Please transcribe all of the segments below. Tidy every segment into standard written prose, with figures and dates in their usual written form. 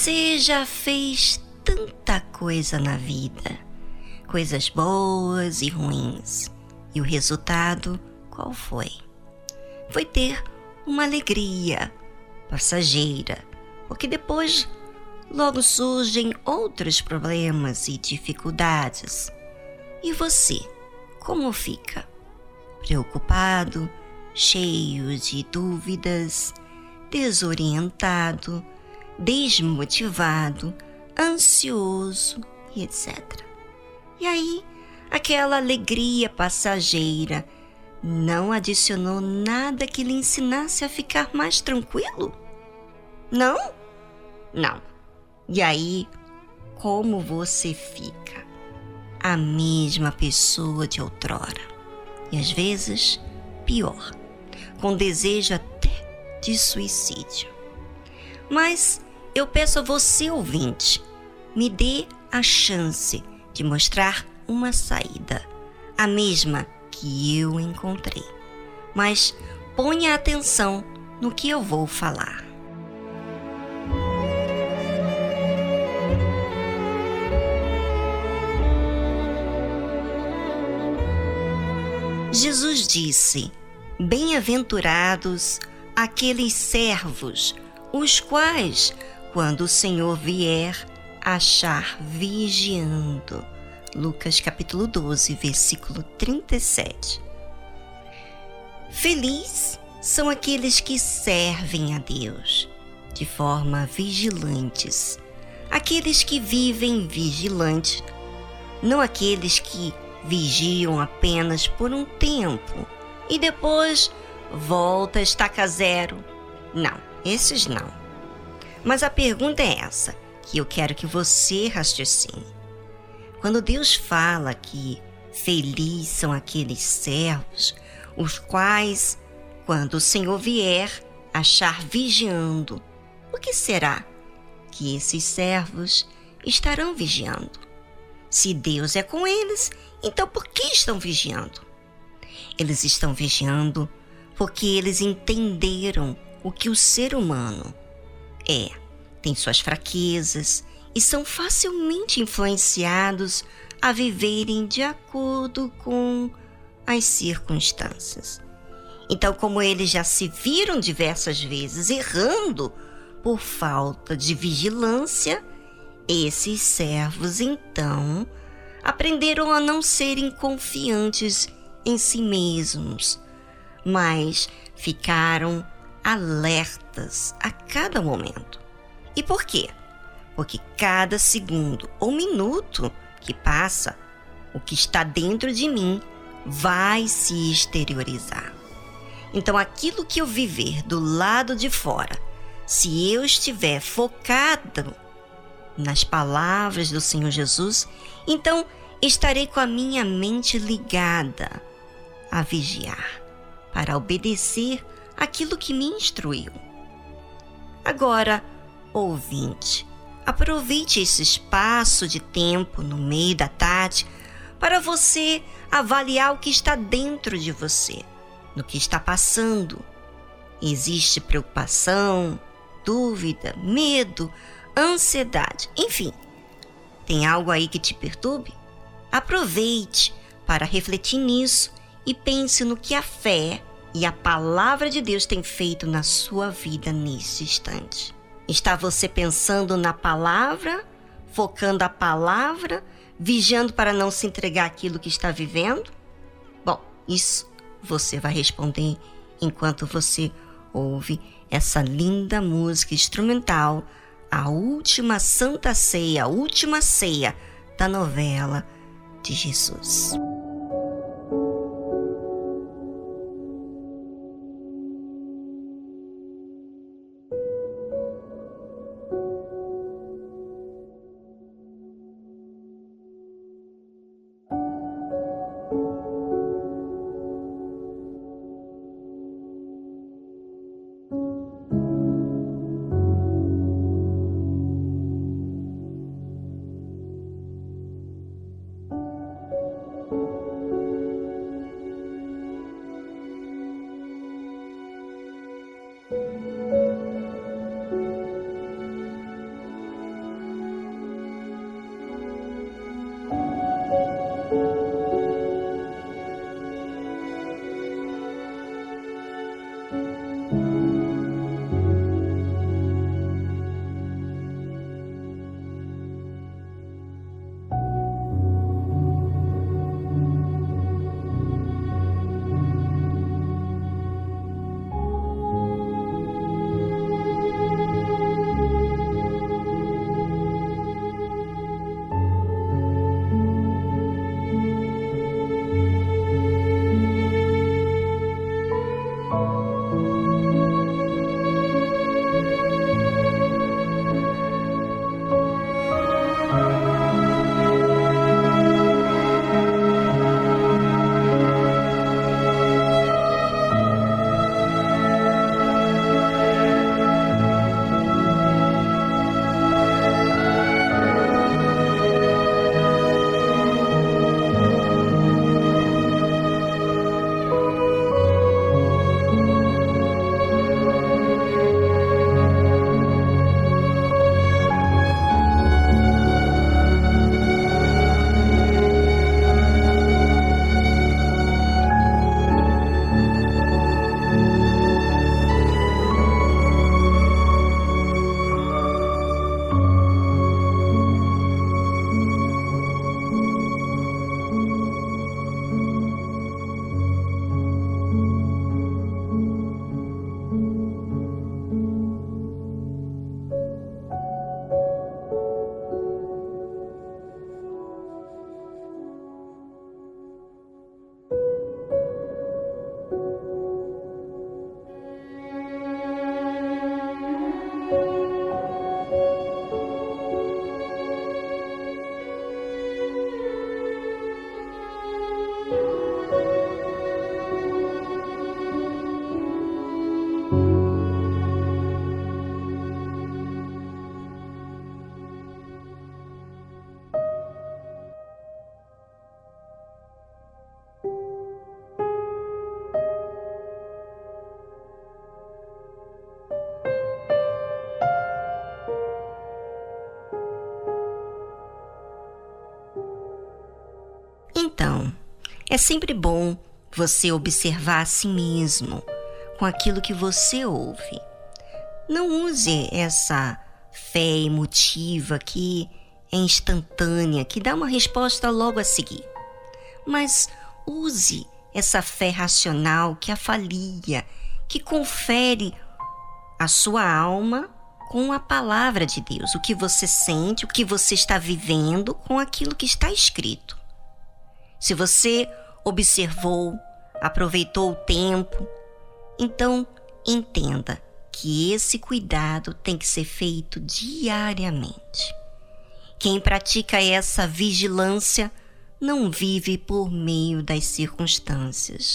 Você já fez tanta coisa na vida, coisas boas e ruins. E o resultado, qual foi? Foi ter uma alegria passageira, porque depois logo surgem outros problemas e dificuldades. E você, como fica? Preocupado, cheio de dúvidas, desorientado, desmotivado, ansioso e etc. E aí, aquela alegria passageira não adicionou nada que lhe ensinasse a ficar mais tranquilo? Não? Não. E aí, como você fica? A mesma pessoa de outrora. E às vezes, pior, com desejo até de suicídio. Mas eu peço a você, ouvinte, me dê a chance de mostrar uma saída, a mesma que eu encontrei. Mas ponha atenção no que eu vou falar. Jesus disse: bem-aventurados aqueles servos, os quais, quando o Senhor vier, achar vigiando. Lucas capítulo 12, versículo 37. Felizes são aqueles que servem a Deus de forma vigilantes, aqueles que vivem vigilantes, não aqueles que vigiam apenas por um tempo e depois volta a estaca zero. Não, esses não. Mas a pergunta é essa, que eu quero que você raciocine. Quando Deus fala que felizes são aqueles servos, os quais, quando o Senhor vier, achar vigiando, o que será que esses servos estarão vigiando? Se Deus é com eles, então por que estão vigiando? Eles estão vigiando porque eles entenderam o que o ser humano tem suas fraquezas e são facilmente influenciados a viverem de acordo com as circunstâncias. Então, como eles já se viram diversas vezes errando por falta de vigilância, esses servos, então, aprenderam a não serem confiantes em si mesmos, mas ficaram alertas a cada momento. E por quê? Porque cada segundo ou minuto que passa, o que está dentro de mim vai se exteriorizar. Então, aquilo que eu viver do lado de fora, se eu estiver focado nas palavras do Senhor Jesus, então estarei com a minha mente ligada a vigiar, para obedecer aquilo que me instruiu. Agora, ouvinte, aproveite esse espaço de tempo no meio da tarde para você avaliar o que está dentro de você, no que está passando. Existe preocupação, dúvida, medo, ansiedade, enfim. Tem algo aí que te perturbe? Aproveite para refletir nisso e pense no que a fé e a palavra de Deus tem feito na sua vida nesse instante. Está você pensando na palavra, focando a palavra, vigiando para não se entregar àquilo que está vivendo? Bom, isso você vai responder enquanto você ouve essa linda música instrumental, a última Santa Ceia, a última ceia da novela de Jesus. Então, é sempre bom você observar a si mesmo com aquilo que você ouve. Não use essa fé emotiva que é instantânea, que dá uma resposta logo a seguir. Mas use essa fé racional que avalia, que confere a sua alma com a palavra de Deus, o que você sente, o que você está vivendo com aquilo que está escrito. Se você observou, aproveitou o tempo, então entenda que esse cuidado tem que ser feito diariamente. Quem pratica essa vigilância não vive por meio das circunstâncias.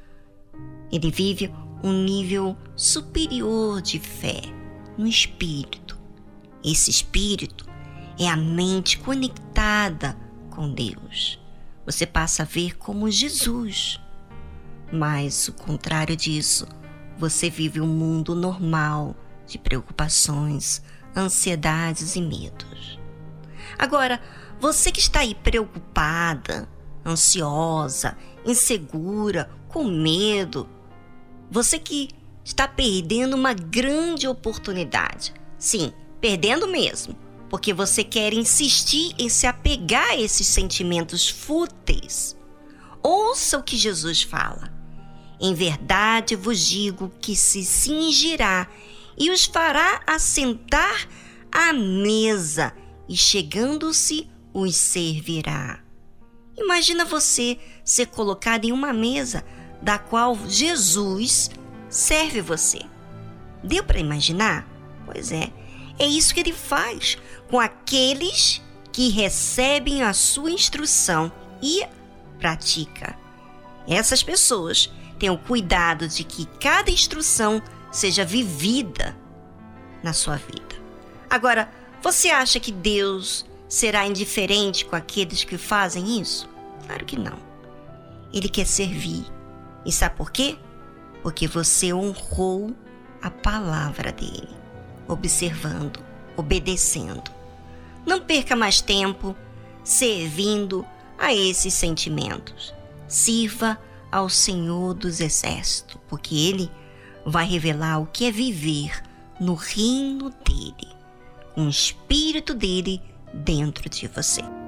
Ele vive um nível superior de fé no espírito. Esse espírito é a mente conectada com Deus. Você passa a ver como Jesus. Mas o contrário disso, você vive um mundo normal de preocupações, ansiedades e medos. Agora, você que está aí preocupada, ansiosa, insegura, com medo, você que está perdendo uma grande oportunidade. Sim, perdendo mesmo, porque você quer insistir em se apegar a esses sentimentos fúteis. Ouça o que Jesus fala. Em verdade vos digo que se cingirá e os fará assentar à mesa, e chegando-se os servirá. Imagina você ser colocado em uma mesa da qual Jesus serve você. Deu para imaginar? Pois é isso que ele faz com aqueles que recebem a sua instrução e pratica. Essas pessoas têm o cuidado de que cada instrução seja vivida na sua vida. Agora, você acha que Deus será indiferente com aqueles que fazem isso? Claro que não. Ele quer servir. E sabe por quê? Porque você honrou a palavra dele, observando, obedecendo. Não perca mais tempo servindo a esses sentimentos. Sirva ao Senhor dos Exércitos, porque Ele vai revelar o que é viver no reino dele, com o Espírito dele dentro de você.